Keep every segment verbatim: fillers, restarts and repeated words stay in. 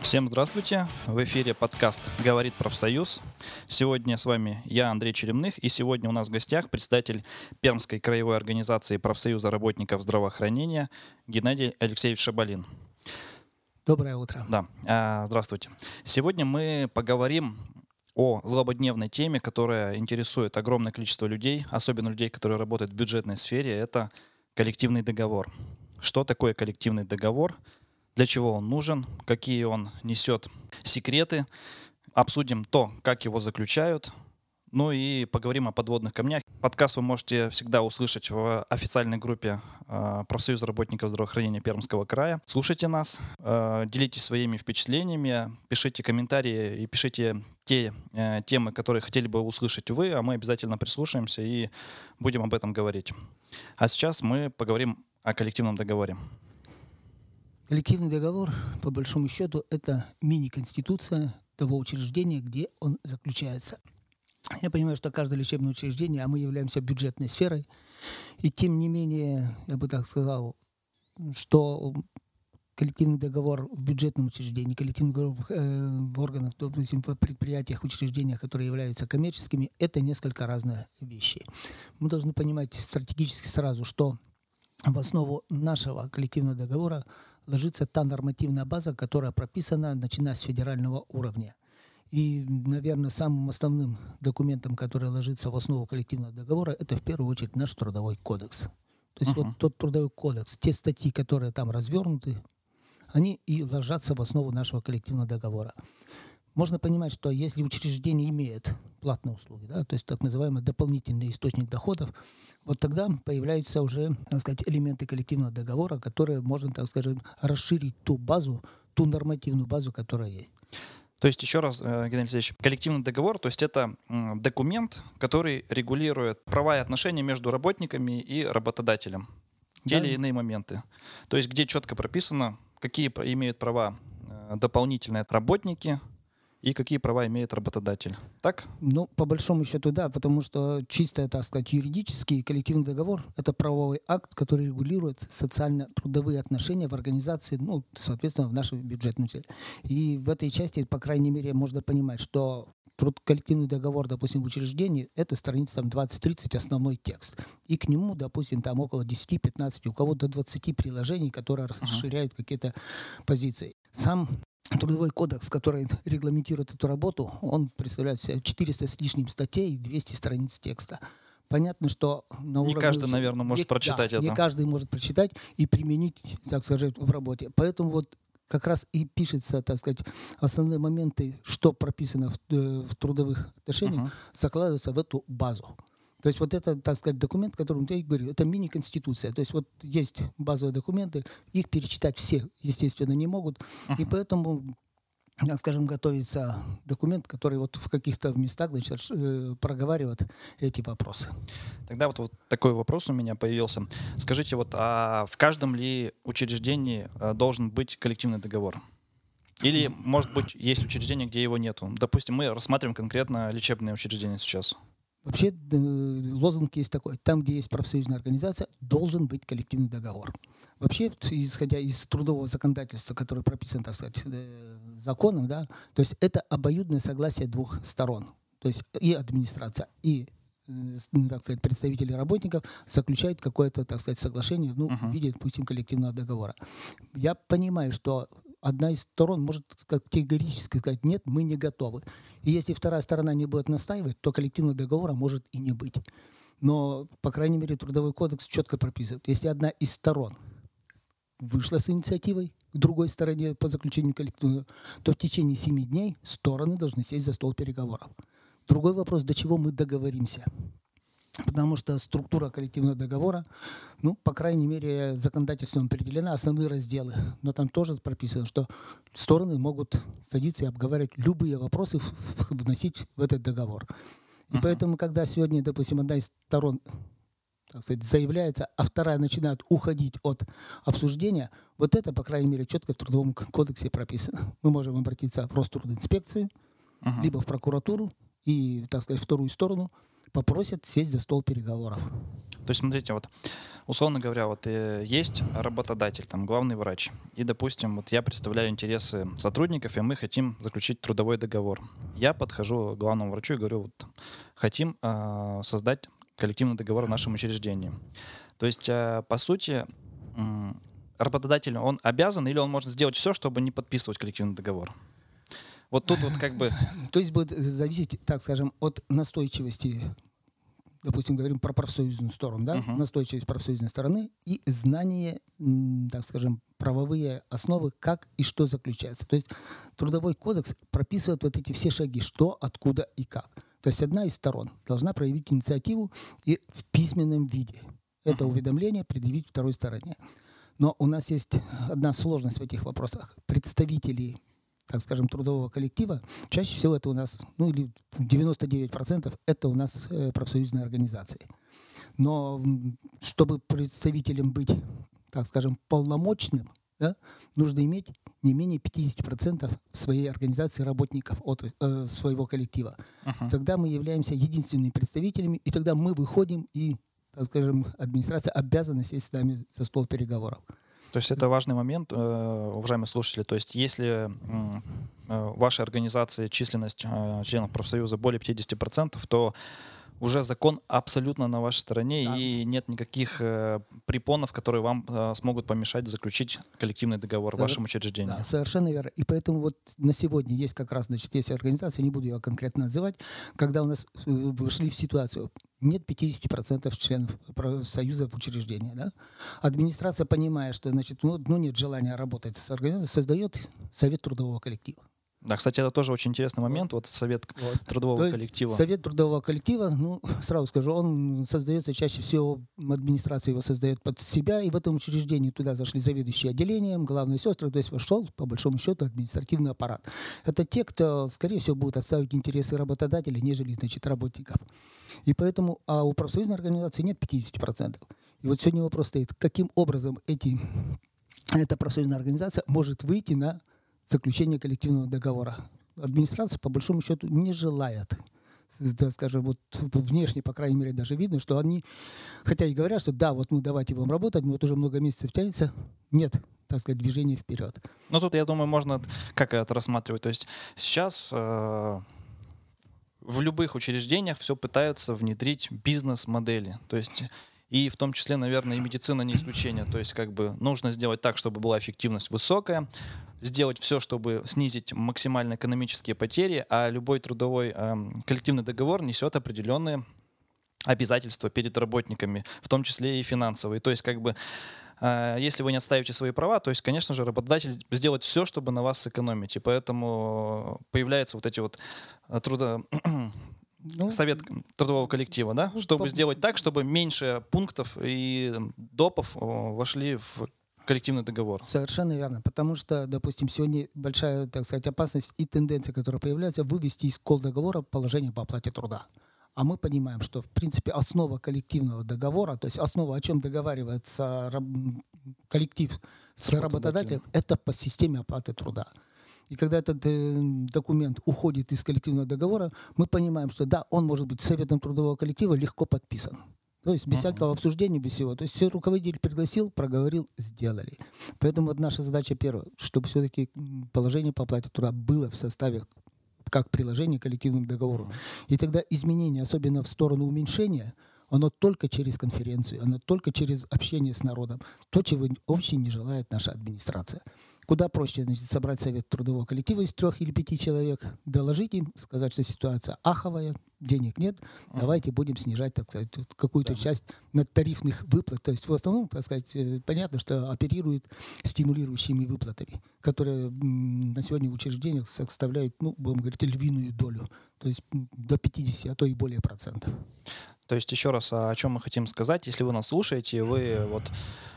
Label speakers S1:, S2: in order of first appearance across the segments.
S1: Всем здравствуйте! В эфире подкаст «Говорит профсоюз». Сегодня с вами я, Андрей Черемных, и сегодня у нас в гостях представитель Пермской краевой организации профсоюза работников здравоохранения Геннадий Алексеевич Шабалин.
S2: Доброе утро.
S1: Да, здравствуйте. Сегодня мы поговорим о злободневной теме, которая интересует огромное количество людей, особенно людей, которые работают в бюджетной сфере. Это коллективный договор. Что такое коллективный договор? Для чего он нужен, какие он несет секреты, обсудим то, как его заключают, ну и поговорим о подводных камнях. Подкаст вы можете всегда услышать в официальной группе э, профсоюза работников здравоохранения Пермского края. Слушайте нас, э, делитесь своими впечатлениями, пишите комментарии и пишите те э, темы, которые хотели бы услышать вы, а мы обязательно прислушаемся и будем об этом говорить. А сейчас мы поговорим о коллективном договоре.
S2: Коллективный договор, по большому счету, это мини-конституция того учреждения, где он заключается. Я понимаю, что каждое лечебное учреждение, а мы являемся бюджетной сферой, и тем не менее, я бы так сказал, что коллективный договор в бюджетном учреждении, коллективный договор в, э, в органах, допустим, в предприятиях, учреждениях, которые являются коммерческими, это несколько разных вещей. Мы должны понимать стратегически сразу, что в основу нашего коллективного договора ложится та нормативная база, которая прописана, начиная с федерального уровня. И, наверное, самым основным документом, который ложится в основу коллективного договора, это в первую очередь наш трудовой кодекс. То есть uh-huh. вот тот трудовой кодекс, те статьи, которые там развернуты, они и ложатся в основу нашего коллективного договора. Можно понимать, что если учреждение имеет платные услуги, да, то есть так называемый дополнительный источник доходов, вот тогда появляются уже, так сказать, элементы коллективного договора, которые можно, так скажем, расширить ту базу, ту нормативную базу, которая есть.
S1: То есть, еще раз, Геннадий Алексеевич, коллективный договор, то есть это документ, который регулирует права и отношения между работниками и работодателем. Те или иные моменты. То есть, где четко прописано, какие имеют права дополнительные работники, и какие права имеет работодатель. Так?
S2: Ну, по большому счету, да, потому что чисто, так сказать, юридический коллективный договор — это правовой акт, который регулирует социально-трудовые отношения в организации, ну, соответственно, в нашем бюджетном деле. И в этой части, по крайней мере, можно понимать, что труд, коллективный договор, допустим, в учреждении — это страница там двадцать-тридцать основной текст. И к нему, допустим, там около десять-пятнадцать, у кого-то до двадцати приложений, которые uh-huh. расширяют какие-то позиции. Сам Трудовой кодекс, который регламентирует эту работу, он представляет себе четыреста с лишним статей и двести страниц текста. Понятно, что на уровне...
S1: Не каждый, наверное, может не, прочитать
S2: да,
S1: это.
S2: Не каждый может прочитать и применить, так сказать, в работе. Поэтому вот как раз и пишется, так сказать, основные моменты, что прописано в, в трудовых отношениях, uh-huh. закладываются в эту базу. То есть вот это, так сказать, документ, о котором я говорю, это мини-конституция. То есть вот есть базовые документы, их перечитать все, естественно, не могут. Uh-huh. И поэтому, так скажем, готовится документ, который вот в каких-то местах, значит, проговаривает эти вопросы.
S1: Тогда вот, вот такой вопрос у меня появился. Скажите, вот а в каждом ли учреждении должен быть коллективный договор? Или, может быть, есть учреждения, где его нету? Допустим, мы рассматриваем конкретно лечебные учреждения сейчас.
S2: Вообще лозунг есть такой: там, где есть профсоюзная организация, должен быть коллективный договор. Вообще, исходя из трудового законодательства, которое прописано, так сказать, законом, да, то есть это обоюдное согласие двух сторон. То есть и администрация, и, так сказать, представители работников заключают какое-то, так сказать, соглашение, ну, uh-huh. в виде, допустим, коллективного договора. Я понимаю, что одна из сторон может категорически сказать: нет, мы не готовы. И если вторая сторона не будет настаивать, то коллективного договора может и не быть. Но, по крайней мере, Трудовой кодекс четко прописывает: если одна из сторон вышла с инициативой к другой стороне по заключению коллективного, то в течение семи дней стороны должны сесть за стол переговоров. Другой вопрос: до чего мы договоримся. Потому что структура коллективного договора, ну, по крайней мере, законодательством определена, основные разделы. Но там тоже прописано, что стороны могут садиться и обговаривать любые вопросы, вносить в этот договор. И uh-huh. поэтому, когда сегодня, допустим, одна из сторон, так сказать, заявляется, а вторая начинает уходить от обсуждения, вот это, по крайней мере, четко в Трудовом кодексе прописано. Мы можем обратиться в Рострудинспекцию, uh-huh. либо в прокуратуру, и, так сказать, вторую сторону попросят сесть за стол переговоров.
S1: То есть, смотрите, вот, условно говоря, вот э, есть работодатель, там, главный врач, и, допустим, вот я представляю интересы сотрудников, и мы хотим заключить трудовой договор. Я подхожу к главному врачу и говорю, вот, хотим э, создать коллективный договор в нашем учреждении. То есть, э, по сути, э, работодатель, он обязан или он может сделать все, чтобы не подписывать коллективный договор? Вот тут вот как бы...
S2: То есть будет зависеть, так скажем, от настойчивости, допустим, говорим про профсоюзную сторону, да, uh-huh. настойчивость профсоюзной стороны и знание, так скажем, правовые основы, как и что заключается. То есть Трудовой кодекс прописывает вот эти все шаги, что, откуда и как. То есть одна из сторон должна проявить инициативу и в письменном виде это uh-huh. уведомление предъявить второй стороне. Но у нас есть одна сложность в этих вопросах. Представители, так скажем, трудового коллектива, чаще всего это у нас, ну или девяносто девять процентов это у нас э, профсоюзные организации. Но чтобы представителем быть, так скажем, полномочным, да, нужно иметь не менее пятьдесят процентов в своей организации работников от э, своего коллектива. Uh-huh. Тогда мы являемся единственными представителями, и тогда мы выходим, и, так скажем, администрация обязана сесть с нами за стол переговоров.
S1: То есть это важный момент, уважаемые слушатели. То есть если в вашей организации численность членов профсоюза более пятьдесят процентов, то уже закон абсолютно на вашей стороне, да. И нет никаких э, препонов, которые вам э, смогут помешать заключить коллективный договор Совер... в вашем учреждении.
S2: Да, совершенно верно. И поэтому вот на сегодня есть как раз, значит, есть организация, не буду ее конкретно называть, когда у нас э, вышли в ситуацию, нет пятьдесят процентов членов союза в учреждении. Да? Администрация, понимая, что, значит, ну, ну нет желания работать с организацией, создает совет трудового коллектива.
S1: Да, кстати, это тоже очень интересный момент, вот, вот совет вот. трудового То коллектива.
S2: Совет трудового коллектива, ну, сразу скажу, он создается чаще всего, администрация его создает под себя, и в этом учреждении туда зашли заведующие отделением, главные сестры, то есть вошел, по большому счету, административный аппарат. Это те, кто, скорее всего, будут отставить интересы работодателя, нежели, значит, работников. И поэтому, а у профсоюзной организации нет пятьдесят процентов. И вот сегодня вопрос стоит, каким образом эти, эта профсоюзная организация может выйти на заключение коллективного договора. Администрация, по большому счету, не желает. Да, скажем, вот внешне, по крайней мере, даже видно, что они, хотя и говорят, что да, вот мы давайте будем работать, но вот уже много месяцев тянется, нет, так сказать, движения вперед.
S1: Ну тут, я думаю, можно как это рассматривать. То есть сейчас э, в любых учреждениях все пытаются внедрить бизнес-модели. То есть и в том числе, наверное, и медицина не исключение. То есть как бы нужно сделать так, чтобы была эффективность высокая, сделать все, чтобы снизить максимально экономические потери, а любой трудовой э, коллективный договор несет определенные обязательства перед работниками, в том числе и финансовые. То есть как бы э, если вы не отстаиваете свои права, то есть, конечно же, работодатель сделает все, чтобы на вас сэкономить. И поэтому появляются вот эти вот трудо... Ну, совет трудового коллектива, да, ну, чтобы по... сделать так, чтобы меньше пунктов и допов вошли в коллективный договор.
S2: Совершенно верно, потому что, допустим, сегодня большая, так сказать, опасность и тенденция, которая появляется, вывести из колл-договора положение по оплате труда. А мы понимаем, что, в принципе, основа коллективного договора, то есть основа, о чем договаривается коллектив с работодателем, это по системе оплаты труда. И когда этот э, документ уходит из коллективного договора, мы понимаем, что да, он может быть советом трудового коллектива легко подписан. То есть без uh-huh. всякого обсуждения, без всего. То есть все руководитель пригласил, проговорил, сделали. Поэтому вот наша задача первая, чтобы все-таки положение по оплате труда было в составе как приложение к коллективному договору. Uh-huh. И тогда изменения, особенно в сторону уменьшения, оно только через конференцию, оно только через общение с народом. То, чего вообще не желает наша администрация. Куда проще, значит, собрать совет трудового коллектива из трех или пяти человек, доложить им, сказать, что ситуация аховая, денег нет, mm. давайте будем снижать, так сказать, какую-то да. часть надтарифных выплат. То есть в основном, так сказать, понятно, что оперирует стимулирующими выплатами, которые на сегодня в учреждениях составляют, ну, будем говорить, львиную долю, то есть до пятидесяти, а то и более процентов.
S1: То есть еще раз, о чем мы хотим сказать, если вы нас слушаете, вы вот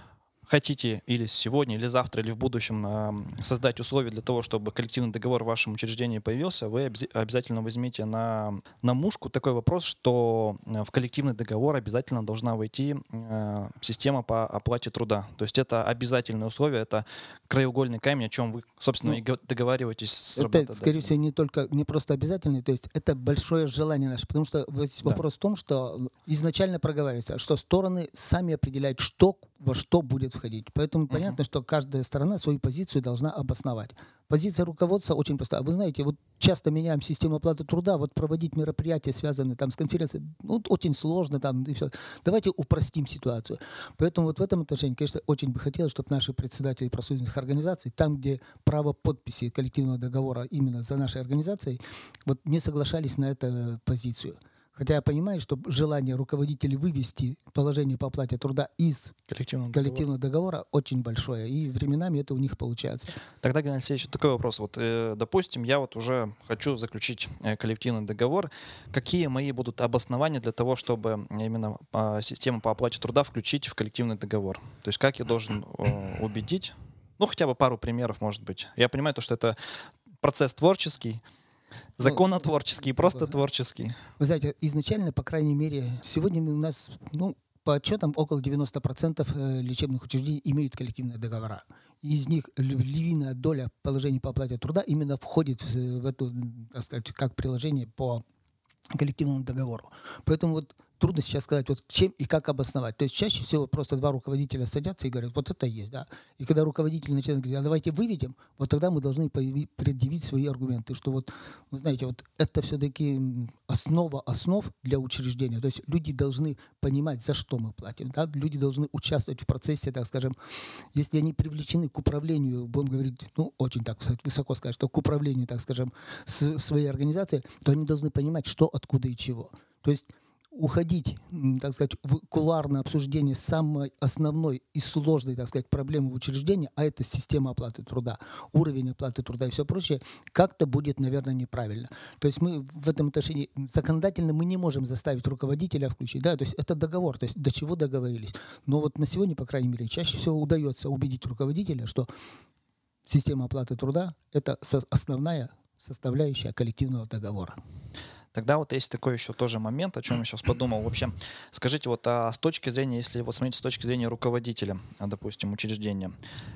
S1: хотите или сегодня, или завтра, или в будущем э, создать условия для того, чтобы коллективный договор в вашем учреждении появился, вы обяз- обязательно возьмите на, на мушку такой вопрос, что э, в коллективный договор обязательно должна войти э, система по оплате труда. То есть это обязательное условие, это краеугольный камень, о чем вы, собственно,
S2: Ну,
S1: и го- договариваетесь с
S2: Это, скорее
S1: работодателем.
S2: всего, не только не просто обязательно, то есть это большое желание наше, потому что весь
S1: Да.
S2: вопрос в том, что изначально проговаривается, что стороны сами определяют, что во что будет входить. Поэтому
S1: Мгм.
S2: понятно, что каждая сторона свою позицию должна обосновать. Позиция руководства очень проста. Вы знаете, вот часто меняем систему оплаты труда, вот проводить мероприятия, связанные там с конференцией, ну, очень сложно там и все. Давайте упростим ситуацию. Поэтому вот в этом отношении, конечно, очень бы хотелось, чтобы наши председатели профсоюзных организаций, там, где право подписи коллективного договора именно за нашей организацией, вот не соглашались на эту позицию. Хотя я понимаю, что желание руководителей вывести положение по оплате труда из
S1: Коллективного договора.
S2: коллективного договора очень большое, и временами это у них получается.
S1: Тогда, Геннадий Алексеевич, такой вопрос. Вот, э, допустим, я вот уже хочу заключить э, коллективный договор. Какие мои будут обоснования для того, чтобы именно э, систему по оплате труда включить в коллективный договор? То есть как я должен э, убедить? Ну, хотя бы пару примеров, может быть. Я понимаю, то, что это процесс творческий, законотворческий, просто творческий.
S2: Вы знаете, изначально, по крайней мере, сегодня у нас, ну, по отчетам, около девяноста процентов лечебных учреждений имеют коллективные договора. Из них львиная доля положений по оплате труда именно входит в, в эту, так сказать, как приложение по коллективному договору. Поэтому вот трудно сейчас сказать, вот чем и как обосновать. То есть чаще всего просто два руководителя садятся и говорят, вот это есть, да. И когда руководитель начинает говорить, а давайте выведем, вот тогда мы должны предъявить свои аргументы, что вот, вы знаете, вот это все-таки основа основ для учреждения. То есть люди должны понимать, за что мы платим, да. Люди должны участвовать в процессе, так скажем, если они привлечены к управлению, будем говорить, ну, очень так сказать, высоко сказать, что к управлению, так скажем, с своей организацией, то они должны понимать, что, откуда и чего. То есть уходить, так сказать, в кулуарное обсуждение самой основной и сложной, так сказать, проблемы в учреждении, а это система оплаты труда, уровень оплаты труда и все прочее, как-то будет, наверное, неправильно. То есть мы в этом отношении законодательно мы не можем заставить руководителя включить, да, то есть это договор, то есть до чего договорились. Но вот на сегодня, по крайней мере, чаще всего удается убедить руководителя, что система оплаты труда – это основная составляющая коллективного договора.
S1: Тогда вот есть такой еще тоже момент, о чем я сейчас подумал. Вообще, скажите, вот а с точки зрения, если вот смотреть с точки зрения руководителя, допустим, учреждения,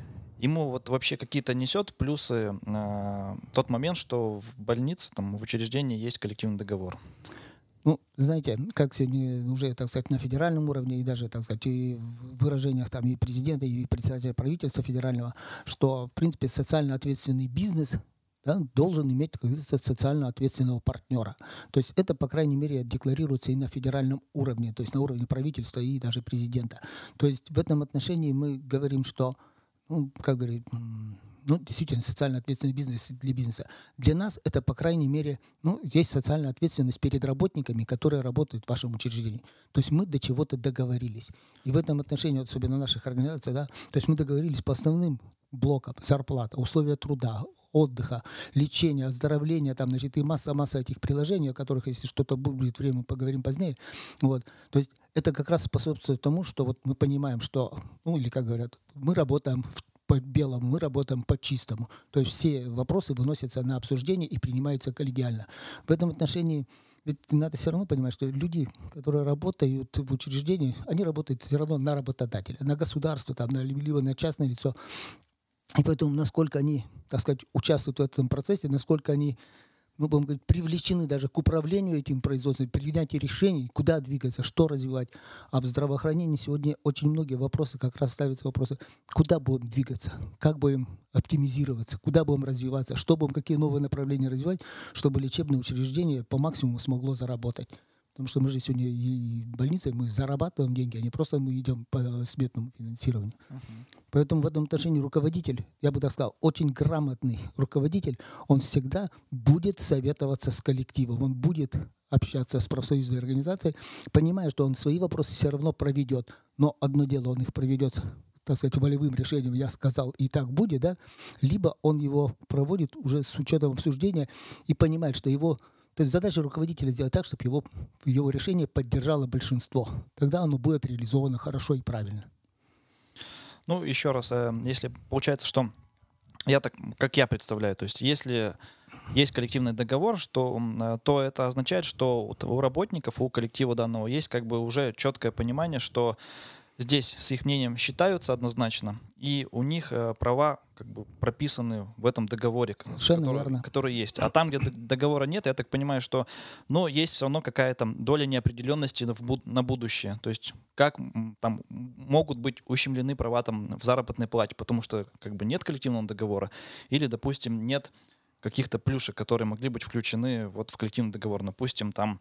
S1: ему вот вообще какие-то несет плюсы э, тот момент, что в больнице, там, в учреждении есть коллективный договор?
S2: Ну, знаете, как сегодня уже, так сказать, на федеральном уровне и даже, так сказать, и в выражениях там и президента, и председателя правительства федерального, что, в принципе, социально ответственный бизнес, да, должен иметь, как говорится, социально ответственного партнера. То есть это, по крайней мере, декларируется и на федеральном уровне, то есть на уровне правительства и даже президента. То есть в этом отношении мы говорим, что, ну, как говорит, ну, действительно, социально ответственный бизнес для бизнеса. Для нас это, по крайней мере, ну, есть социальная ответственность перед работниками, которые работают в вашем учреждении. То есть мы до чего-то договорились. И в этом отношении, особенно в наших организациях, да, то есть мы договорились по основным блокам: зарплата, условия труда, отдыха, лечения, оздоровления, там, значит, и масса-масса этих приложений, о которых, если что-то будет время, мы поговорим позднее. Вот. То есть это как раз способствует тому, что вот мы понимаем, что, ну, или как говорят, мы работаем в по белому, мы работаем по чистому. То есть все вопросы выносятся на обсуждение и принимаются коллегиально. В этом отношении ведь надо все равно понимать, что люди, которые работают в учреждении, они работают все равно на работодателя, на государство, там, на, либо на частное лицо. И поэтому насколько они, так сказать, участвуют в этом процессе, насколько они, ну, будем говорить, привлечены даже к управлению этим производством, принятию решений, куда двигаться, что развивать. А в здравоохранении сегодня очень многие вопросы, как раз ставятся вопросы, куда будем двигаться, как будем оптимизироваться, куда будем развиваться, что будем, какие новые направления развивать, чтобы лечебное учреждение по максимуму смогло заработать. Потому что мы же сегодня и в больнице, мы зарабатываем деньги, а не просто мы идем по сметному финансированию. Uh-huh. Поэтому в этом отношении руководитель, я бы так сказал, очень грамотный руководитель, он всегда будет советоваться с коллективом, он будет общаться с профсоюзной организацией, понимая, что он свои вопросы все равно проведет. Но одно дело, он их проведет, так сказать, волевым решением, я сказал, и так будет, да, либо он его проводит уже с учетом обсуждения и понимает, что его... То есть задача руководителя сделать так, чтобы его, его решение поддержало большинство. Тогда оно будет реализовано хорошо и правильно.
S1: Ну, еще раз, э, если получается, что я так, как я представляю, то есть если есть коллективный договор, что, м, э, то это означает, что вот у работников, у коллектива данного есть как бы уже четкое понимание, что здесь с их мнением считаются однозначно, и у них э, права как бы прописаны в этом договоре, к-
S2: Совершенно
S1: который,
S2: верно.
S1: который есть. А там, где д- договора нет, я так понимаю, что, но есть все равно какая-то доля неопределенности в буд- на будущее. То есть как м, там м, могут быть ущемлены права там в заработной плате, потому что как бы нет коллективного договора, или, допустим, нет каких-то плюшек, которые могли быть включены вот в коллективный договор. Допустим, там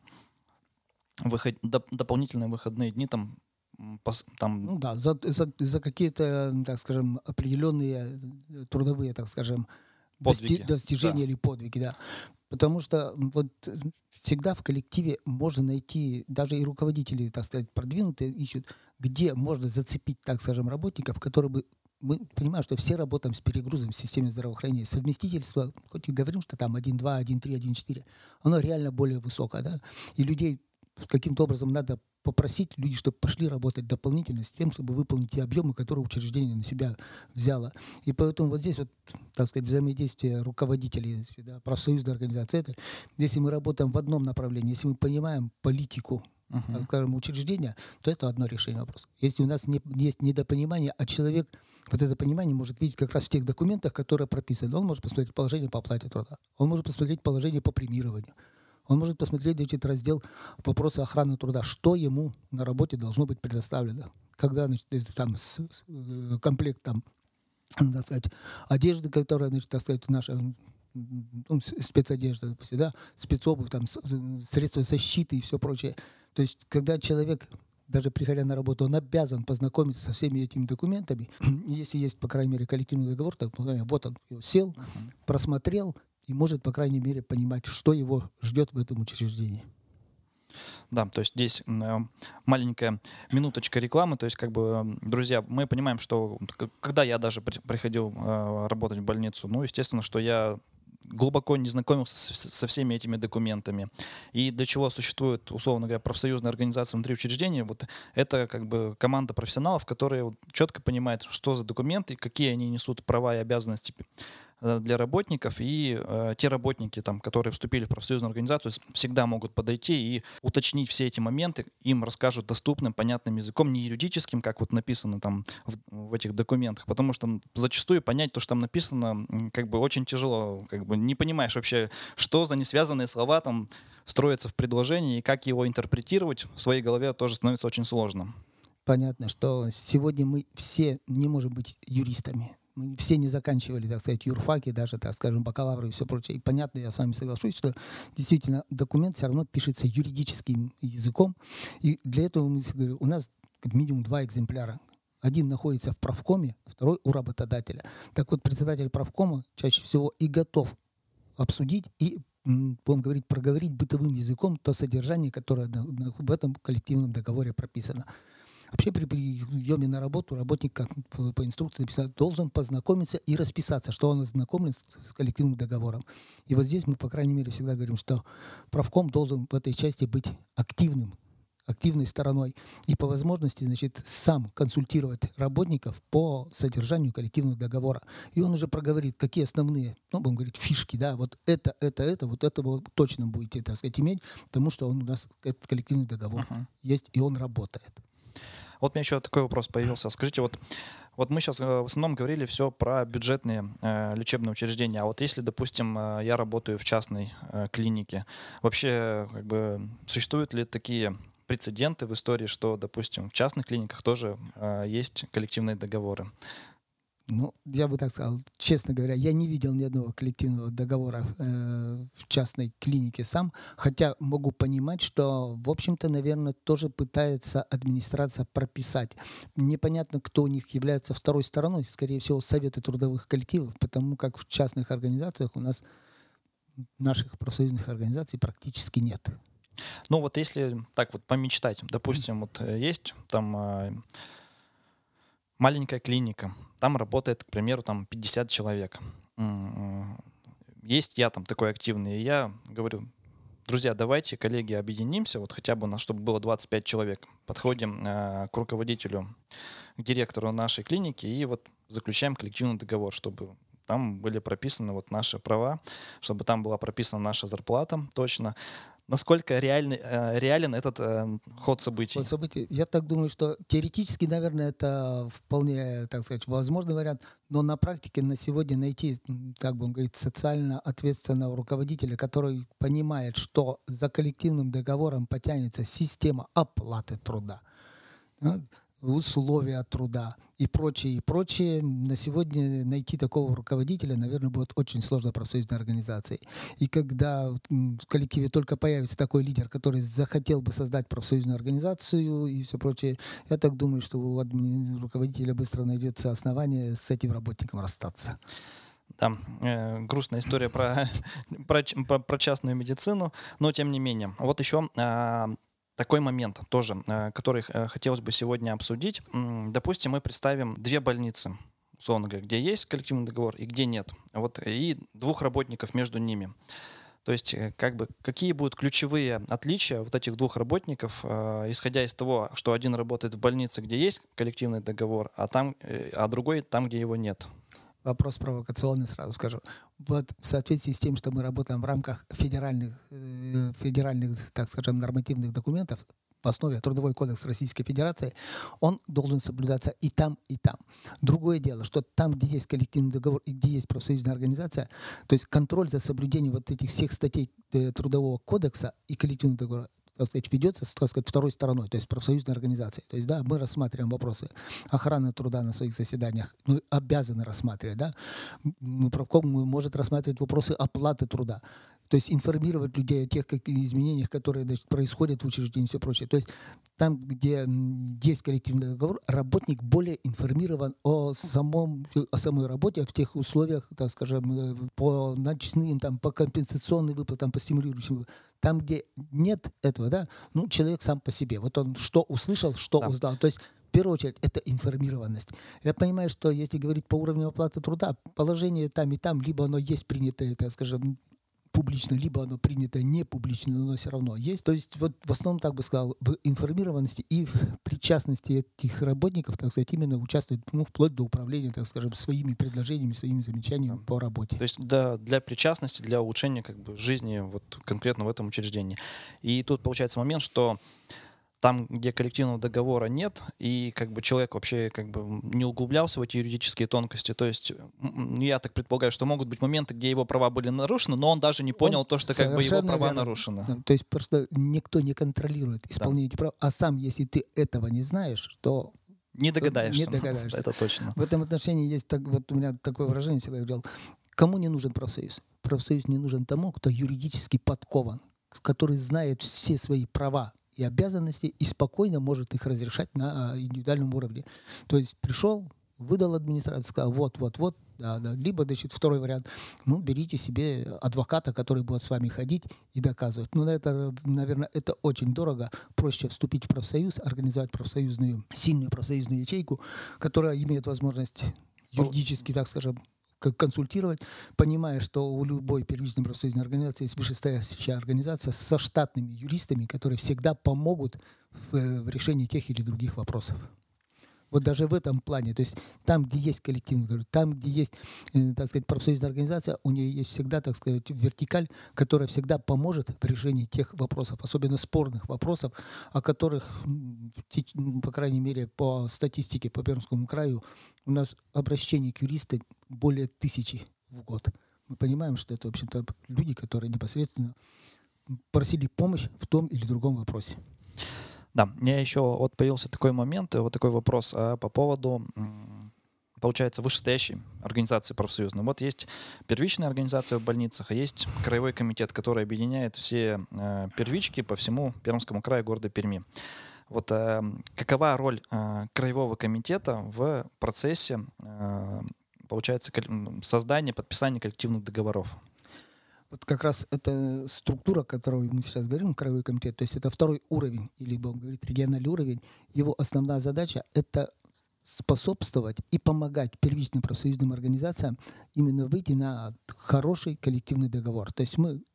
S1: выход- доп- дополнительные выходные дни там м, пос- там
S2: Ну да, за, за, за какие-то, м, так скажем, определенные э, трудовые, так скажем, дости-
S1: подвиги,
S2: достижения
S1: да.
S2: или подвиги, да. Потому что м, вот э, всегда в коллективе можно найти, даже и руководители, так сказать, продвинутые ищут, где можно зацепить, так скажем, работников, которые бы мы понимаем, что все работаем с перегрузом в системе здравоохранения. Совместительство, хоть и говорим, что там один два, один три, один четыре, оно реально более высокое, да. И людей каким-то образом надо попросить людей, чтобы пошли работать дополнительно с тем, чтобы выполнить те объемы, которые учреждение на себя взяло. И поэтому вот здесь вот, так сказать, взаимодействие руководителей, да, профсоюзной организации, это, если мы работаем в одном направлении, если мы понимаем политику, так
S1: Мгм.
S2: скажем, учреждения, то это одно решение вопроса. Если у нас не, есть недопонимание, а человек вот это понимание может видеть как раз в тех документах, которые прописаны. Он может посмотреть положение по оплате труда, он может посмотреть положение по премированию, он может посмотреть, значит, раздел вопросы охраны труда, что ему на работе должно быть предоставлено. Когда, значит, это там с- с- э, комплект там, так сказать, одежды, которая, значит, так сказать, наша м, ну, с- спецодежда, допустим, да, спецобувь, там, с- э, средства защиты и все прочее. То есть, когда человек, даже приходя на работу, он обязан познакомиться со всеми этими документами. И если есть, по крайней мере, коллективный договор, то ну, вот он сел,
S1: Мгм.
S2: просмотрел и может, по крайней мере, понимать, что его ждет в этом учреждении.
S1: Да, то есть здесь м, э, маленькая минуточка рекламы. То есть, как бы, м, друзья, мы понимаем, что вот к- когда я даже при- приходил э, работать в больницу, ну, естественно, что я глубоко не знакомился с- с- со всеми этими документами. И для чего существует, условно говоря, профсоюзная организация внутри учреждения, вот это как бы команда профессионалов, которые вот четко понимают, что за документы, какие они несут права и обязанности э, для работников, и э, те работники, там, которые вступили в профсоюзную организацию, с- всегда могут подойти и уточнить все эти моменты, им расскажут доступным, понятным языком, не юридическим, как вот написано там в, в этих документах, потому что м, зачастую понять то, что там написано, м, как бы очень тяжело, как бы не понимаешь вообще, что за несвязанные слова там строятся в предложении, и как его интерпретировать в своей голове тоже становится очень сложно.
S2: Понятно, что сегодня мы все не можем быть юристами. Мы все не заканчивали, так сказать, юрфаки, даже, так скажем, бакалавры и все прочее. И понятно, я с вами соглашусь, что действительно документ все равно пишется юридическим языком. И для этого мы, говорю, у нас как минимум два экземпляра. Один находится в правкоме, второй у работодателя. Так вот, председатель правкома чаще всего и готов обсудить и, м, будем говорить, проговорить бытовым языком то содержание, которое на- на- в этом коллективном договоре прописано. Вообще при приеме на работу работник, как по, по инструкции написано, должен познакомиться и расписаться, что он ознакомлен с, с коллективным договором. И вот здесь мы, по крайней мере, всегда говорим, что правком должен в этой части быть активным, активной стороной и по возможности, значит, сам консультировать работников по содержанию коллективного договора. И он уже проговорит, какие основные, ну, будем говорить, фишки, да, вот это, это, это, вот это вы точно будете, так сказать, иметь, потому что он у нас, этот коллективный договор
S1: Мгм.
S2: есть, и он работает.
S1: Вот у меня еще такой вопрос появился. Скажите, вот, вот мы сейчас в основном говорили все про бюджетные э, лечебные учреждения. А вот если, допустим, э, я работаю в частной э, клинике, вообще как бы существуют ли такие прецеденты в истории, что, допустим, в частных клиниках тоже э, есть коллективные договоры?
S2: Ну, я бы так сказал, честно говоря, я не видел ни одного коллективного договора э, в частной клинике сам, хотя могу понимать, что, в общем-то, наверное, тоже пытается администрация прописать. Непонятно, кто у них является второй стороной, скорее всего, советы трудовых коллективов, потому как в частных организациях у нас наших профсоюзных организаций практически нет.
S1: Ну вот если так вот помечтать, допустим, вот э, есть там э, маленькая клиника, там работает, к примеру, там пятьдесят человек. М, Есть я там такой активный, и я говорю: друзья, давайте, коллеги, объединимся, вот хотя бы у нас, чтобы было двадцать пять человек. Подходим э, к руководителю к директору нашей клиники и вот заключаем коллективный договор, чтобы там были прописаны вот наши права, чтобы там была прописана наша зарплата точно. Насколько реальный, э, реален этот э, ход событий?
S2: Ход событий. Я так думаю, что теоретически, наверное, это вполне, так сказать, возможный вариант, но на практике на сегодня найти, как бы он говорит, социально ответственного руководителя, который понимает, что за коллективным договором потянется система оплаты труда, условия труда и прочее, и прочее. На сегодня найти такого руководителя, наверное, будет очень сложно профсоюзной организации. И когда в коллективе только появится такой лидер, который захотел бы создать профсоюзную организацию и все прочее, я так думаю, что у руководителя быстро найдется основание с этим работником расстаться.
S1: Да, э, грустная история про, про, про частную медицину, но тем не менее. Вот еще э, такой момент тоже, который хотелось бы сегодня обсудить. Допустим, мы представим две больницы, условно говоря, где есть коллективный договор и где нет. Вот, и двух работников между ними. То есть, как бы, какие будут ключевые отличия вот этих двух работников, исходя из того, что один работает в больнице, где есть коллективный договор, а, там, а другой там, где его нет?
S2: Вопрос провокационный, сразу скажу. Вот в соответствии с тем, что мы работаем в рамках федеральных, э, федеральных, так скажем, нормативных документов, в основе Трудовой кодекс Российской Федерации, он должен соблюдаться и там, и там. Другое дело, что там, где есть коллективный договор и где есть профсоюзная организация, то есть контроль за соблюдением вот этих всех статей э, Трудового кодекса и коллективного договора, так сказать, ведется, так сказать, второй стороной, то есть профсоюзной организацией. То есть, да, мы рассматриваем вопросы охраны труда на своих заседаниях, мы обязаны рассматривать, да. Правком может рассматривать вопросы оплаты труда, то есть информировать людей о тех как, изменениях, которые, значит, происходят в учреждении и все прочее. То есть там, где есть коллективный договор, работник более информирован о, самом, о самой работе, в тех условиях, так скажем, по начисным, там, по компенсационным выплатам, по стимулирующим выплатам. Там, где нет этого, да, ну, человек сам по себе. Вот он что услышал, что да. узнал. То есть, в первую очередь, это информированность. Я понимаю, что если говорить по уровню оплаты труда, положение там и там, либо оно есть принятое, так скажем, публично, либо оно принято не публично, но все равно есть. То есть вот в основном, так бы сказал, в информированности и в причастности этих работников, так сказать, именно участвуют, ну, вплоть до управления, так скажем, своими предложениями, своими замечаниями да. по работе.
S1: То есть да, для причастности, для улучшения как бы жизни вот конкретно в этом учреждении. И тут получается момент, что там, где коллективного договора нет, и как бы человек вообще как бы не углублялся в эти юридические тонкости, то есть я так предполагаю, что могут быть моменты, где его права были нарушены, но он даже не понял он то, что как бы его права верно. нарушены.
S2: То есть просто никто не контролирует исполнение да. прав, а сам, если ты этого не знаешь, то
S1: не догадаешься.
S2: Не догадаешься.
S1: Это точно.
S2: В этом отношении есть так, вот у меня такое выражение всегда говорил: кому не нужен профсоюз? Профсоюз не нужен тому, кто юридически подкован, который знает все свои права и обязанности и спокойно может их разрешать на индивидуальном уровне. То есть пришел, выдал администрацию, сказал вот, вот, вот, да, да. Либо, значит, второй вариант, ну, берите себе адвоката, который будет с вами ходить и доказывать. Ну, это, наверное, это очень дорого. Проще вступить в профсоюз, организовать профсоюзную, сильную профсоюзную ячейку, которая имеет возможность юридически, так скажем, консультировать, понимая, что у любой первичной профсоюзной организации есть вышестоящая организация со штатными юристами, которые всегда помогут в, в решении тех или других вопросов. Вот даже в этом плане, то есть там, где есть коллективный договор, там, где есть, э, так сказать, профсоюзная организация, у нее есть всегда, так сказать, вертикаль, которая всегда поможет в решении тех вопросов, особенно спорных вопросов, о которых, по крайней мере, по статистике по Пермскому краю, у нас обращений к юристам более тысячи в год. Мы понимаем, что это, в общем-то, люди, которые непосредственно просили помощь в том или другом вопросе.
S1: Да, у меня еще вот появился такой момент, вот такой вопрос а, по поводу, получается, вышестоящей организации профсоюзной. Вот есть первичная организация в больницах, а есть краевой комитет, который объединяет все э, первички по всему Пермскому краю города Перми. Вот э, какова роль э, краевого комитета в процессе, э, получается, создания, подписания коллективных договоров?
S2: Вот как раз эта структура, о которой мы сейчас говорим, краевой комитет, то есть это второй уровень, или, будем говорить, региональный уровень, его основная задача — это способствовать и помогать первичным профсоюзным организациям именно выйти на хороший коллективный договор. То есть мы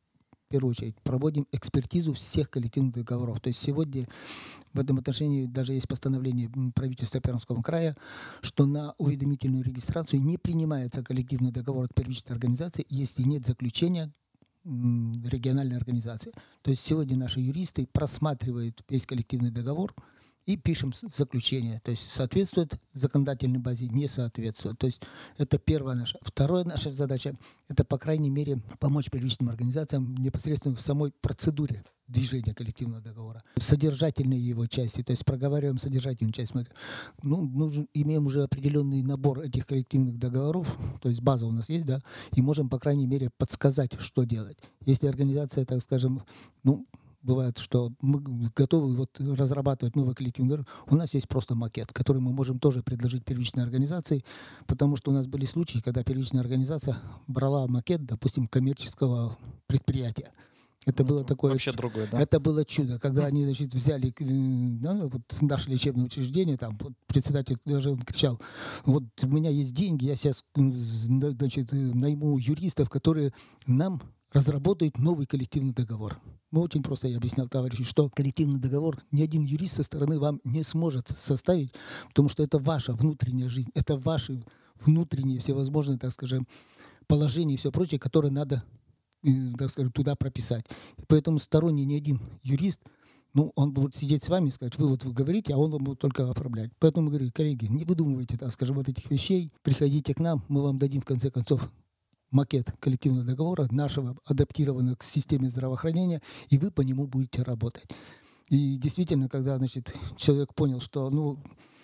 S2: в первую очередь, проводим экспертизу всех коллективных договоров. То есть сегодня в этом отношении даже есть постановление правительства Пермского края, что на уведомительную регистрацию не принимается коллективный договор от первичной организации, если нет заключения региональной организации. То есть сегодня наши юристы просматривают весь коллективный договор и пишем заключение. То есть соответствует законодательной базе, не соответствует. То есть это первая наша. Вторая наша задача – это, по крайней мере, помочь первичным организациям непосредственно в самой процедуре движения коллективного договора. В содержательной его части, то есть проговариваем содержательную часть. Смотрим. Ну, нужен, имеем уже определенный набор этих коллективных договоров, то есть база у нас есть, да, и можем, по крайней мере, подсказать, что делать. Если организация, так скажем, ну, бывает, что мы готовы вот разрабатывать новый коллективный договор. У нас есть просто макет, который мы можем тоже предложить первичной организации, потому что у нас были случаи, когда первичная организация брала макет, допустим, коммерческого предприятия. Это было такое,
S1: вообще другое, да?
S2: Это было чудо, когда они, значит, взяли, да, вот наше лечебное учреждение, там вот председатель даже он кричал: вот у меня есть деньги, я сейчас, значит, найму юристов, которые нам разработают новый коллективный договор. Мы очень просто, я объяснял товарищу, что коллективный договор ни один юрист со стороны вам не сможет составить, потому что это ваша внутренняя жизнь, это ваши внутренние всевозможные, так скажем, положения и все прочее, которые надо, так скажем, туда прописать. Поэтому сторонний ни один юрист, ну, он будет сидеть с вами и сказать: вы вот вы говорите, а он вам будет только оформлять. Поэтому мы говорим: коллеги, не выдумывайте, так скажем, вот этих вещей, приходите к нам, мы вам дадим в конце концов макет коллективного договора, нашего, адаптированного к системе здравоохранения, и вы по нему будете работать. И действительно, когда, значит, человек понял, что, ну,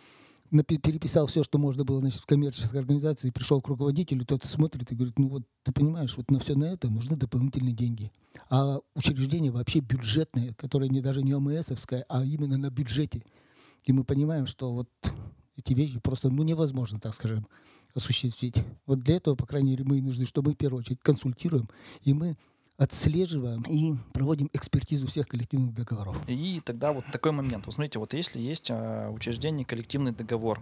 S2: переписал все, что можно было, значит, в коммерческой организации, пришел к руководителю, тот смотрит и говорит: ну вот, ты понимаешь, вот на все на это нужны дополнительные деньги. А учреждение вообще бюджетное, которое не, даже не ОМСовское, а именно на бюджете. И мы понимаем, что вот эти вещи просто, ну, невозможно, так скажем, осуществить. Вот для этого, по крайней мере, мы нужны, чтобы мы в первую очередь консультируем, и мы отслеживаем и проводим экспертизу всех коллективных договоров.
S1: И тогда вот такой момент. Вот смотрите, вот если есть э, учреждение коллективный договор,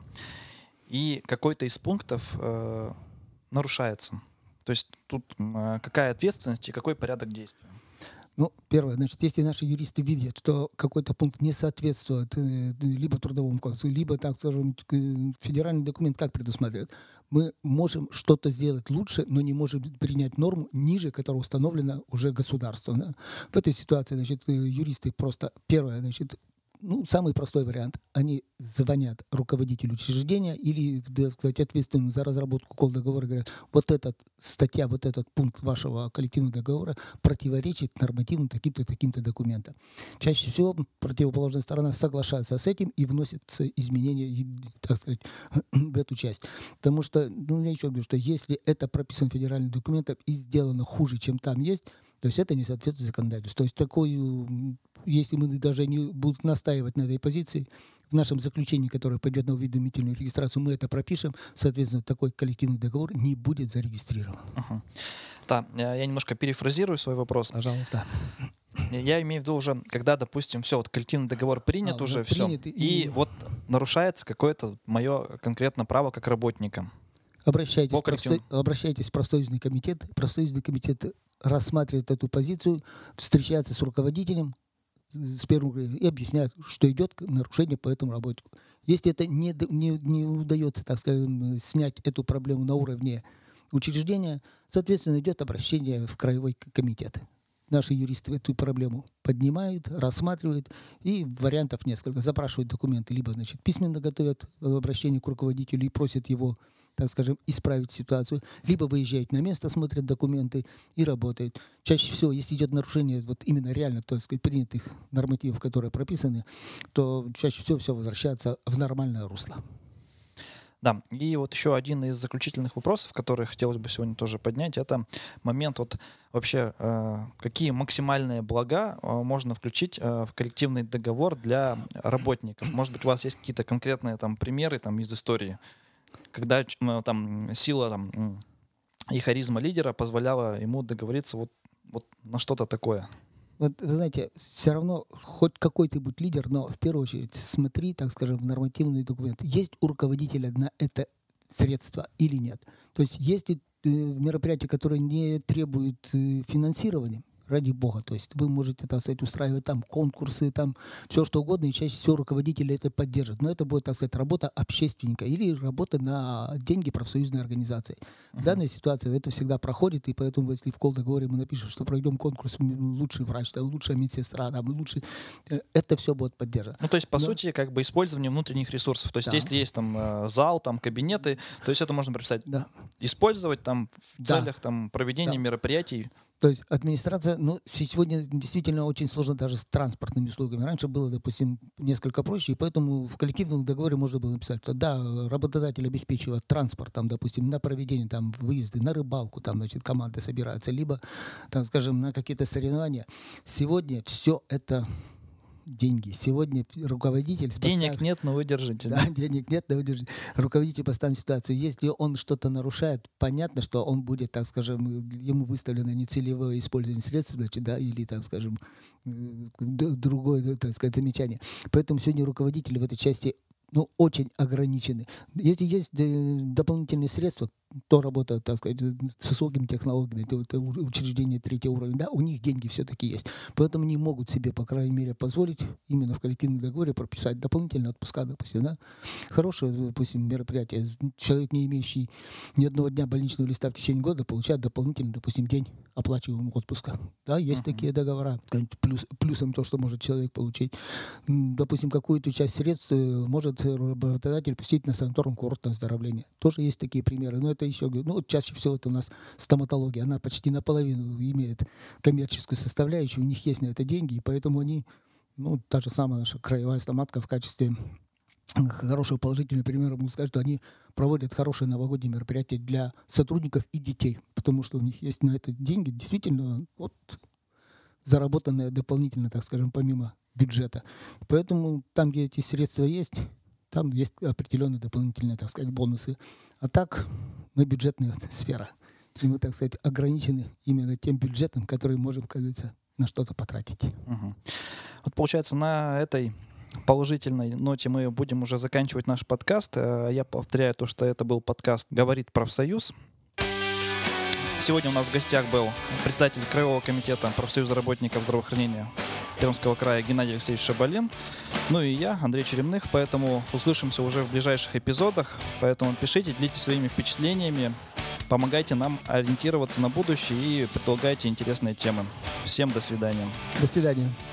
S1: и какой-то из пунктов э, нарушается, то есть тут э, какая ответственность и какой порядок действия?
S2: Ну, первое, значит, если наши юристы видят, что какой-то пункт не соответствует э, либо трудовому кодексу, либо, так скажем, федеральный документ как предусматривает, мы можем что-то сделать лучше, но не можем принять норму ниже, которая установлена уже государством. Да? В этой ситуации, значит, юристы просто, первое, значит, ну, самый простой вариант. Они звонят руководителю учреждения или, так сказать, ответственному за разработку колл-договора, говорят: вот эта статья, вот этот пункт вашего коллективного договора противоречит нормативным таким-то, таким-то документам. Чаще всего противоположная сторона соглашается с этим и вносятся изменения, так сказать, в эту часть. Потому что, ну, я еще говорю, что если это прописано федеральным документом и сделано хуже, чем там есть, то есть это не соответствует законодательству. То есть такой, если мы даже не будут настаивать на этой позиции, в нашем заключении, которое пойдет на уведомительную регистрацию, мы это пропишем, соответственно, такой коллективный договор не будет зарегистрирован.
S1: Uh-huh. Да, я немножко перефразирую свой вопрос.
S2: Пожалуйста.
S1: Я имею в виду уже, когда, допустим, все, вот коллективный договор принят а, уже, уже все, принят, и... и вот нарушается какое-то мое конкретно право как работника.
S2: Обращайтесь, профсо... Обращайтесь в профсоюзный комитет. Профсоюзный комитет рассматривает эту позицию, встречается с руководителем с первым, и объясняет, что идет нарушение по этому работнику. Если это не, не, не удается, так скажем, снять эту проблему на уровне учреждения, соответственно, идет обращение в краевой комитет. Наши юристы эту проблему поднимают, рассматривают, и вариантов несколько. Запрашивают документы, либо, значит, письменно готовят обращение к руководителю и просят его, так скажем, исправить ситуацию, либо выезжают на место, смотрят документы и работают. Чаще всего, если идет нарушение вот именно реально, так сказать, принятых нормативов, которые прописаны, то чаще всего все возвращается в нормальное русло.
S1: Да, и вот еще один из заключительных вопросов, которые хотелось бы сегодня тоже поднять, это момент вот вообще, э, какие максимальные блага э, можно включить э, в коллективный договор для работников. Может быть, у вас есть какие-то конкретные там примеры там из истории, когда там сила там, и харизма лидера позволяла ему договориться вот, вот на что-то такое.
S2: Вот, вы знаете, все равно хоть какой ты будь лидер, но в первую очередь смотри, так скажем, в нормативные документы. Есть у руководителя на это средства или нет? То есть если мероприятия, которые не требуют финансирования, ради бога. То есть вы можете, так сказать, устраивать там конкурсы, там все что угодно, и чаще всего руководители это поддержат. Но это будет, так сказать, работа общественника или работа на деньги профсоюзной организации. Uh-huh. В данной ситуации это всегда проходит, и поэтому, если в колл-договоре мы напишем, что пройдем конкурс лучший врач, там, лучшая медсестра, там, лучший... это все будет поддержано.
S1: Ну, то есть, по
S2: Но...
S1: сути, как бы использование внутренних ресурсов. То есть, да. если есть там зал, там кабинеты, то есть это можно прописать. Да. Использовать там в да. целях там, проведения да. мероприятий.
S2: То есть администрация, ну, сегодня действительно очень сложно даже с транспортными услугами. Раньше было, допустим, несколько проще, и поэтому в коллективном договоре можно было написать, что да, работодатель обеспечивает транспорт, там, допустим, на проведение там, выезды, на рыбалку, там, значит, команды собираются, либо, там, скажем, на какие-то соревнования. Сегодня все это... деньги. Сегодня руководитель...
S1: Денег
S2: поставит...
S1: нет, но вы держите.
S2: Да, да, денег нет, но вы держите. Руководитель поставит ситуацию. Если он что-то нарушает, понятно, что он будет, так скажем, ему выставлено нецелевое использование средств, значит, да, или, так скажем, другое, так сказать, замечание. Поэтому сегодня руководители в этой части ну, очень ограничены. Если есть дополнительные средства, то работа, так сказать, с высокими технологиями, это учреждение третьего уровня, да, у них деньги все-таки есть. Поэтому они могут себе, по крайней мере, позволить именно в коллективном договоре прописать дополнительные отпуска, допустим, да. Хорошее, допустим, мероприятие. Человек, не имеющий ни одного дня больничного листа в течение года, получает дополнительный, допустим, день оплачиваемого отпуска. Да, есть uh-huh. такие договора. Плюс, плюсом то, что может человек получить. Допустим, какую-то часть средств может работодатель пустить на санаторно-курортное оздоровление. Тоже есть такие примеры. Но это еще, ну, чаще всего это у нас стоматология. Она почти наполовину имеет коммерческую составляющую. У них есть на это деньги, и поэтому они, ну, та же самая наша краевая стоматка в качестве хорошего положительного примера могу сказать, что они проводят хорошие новогодние мероприятия для сотрудников и детей, потому что у них есть на это деньги, действительно, вот, заработанные дополнительно, так скажем, помимо бюджета. Поэтому там, где эти средства есть, там есть определенные дополнительные, так сказать, бонусы. А так мы бюджетная сфера. И мы, так сказать, ограничены именно тем бюджетом, который можем, как говорится, на что-то потратить.
S1: Угу. Вот получается, на этой положительной ноте мы будем уже заканчивать наш подкаст. Я повторяю то, что это был подкаст «Говорит профсоюз». Сегодня у нас в гостях был председатель Краевого комитета профсоюза работников здравоохранения Пермского края Геннадий Алексеевич Шабалин. Ну и я, Андрей Черемных. Поэтому услышимся уже в ближайших эпизодах. Поэтому пишите, делитесь своими впечатлениями. Помогайте нам ориентироваться на будущее и предлагайте интересные темы. Всем до свидания.
S2: До свидания.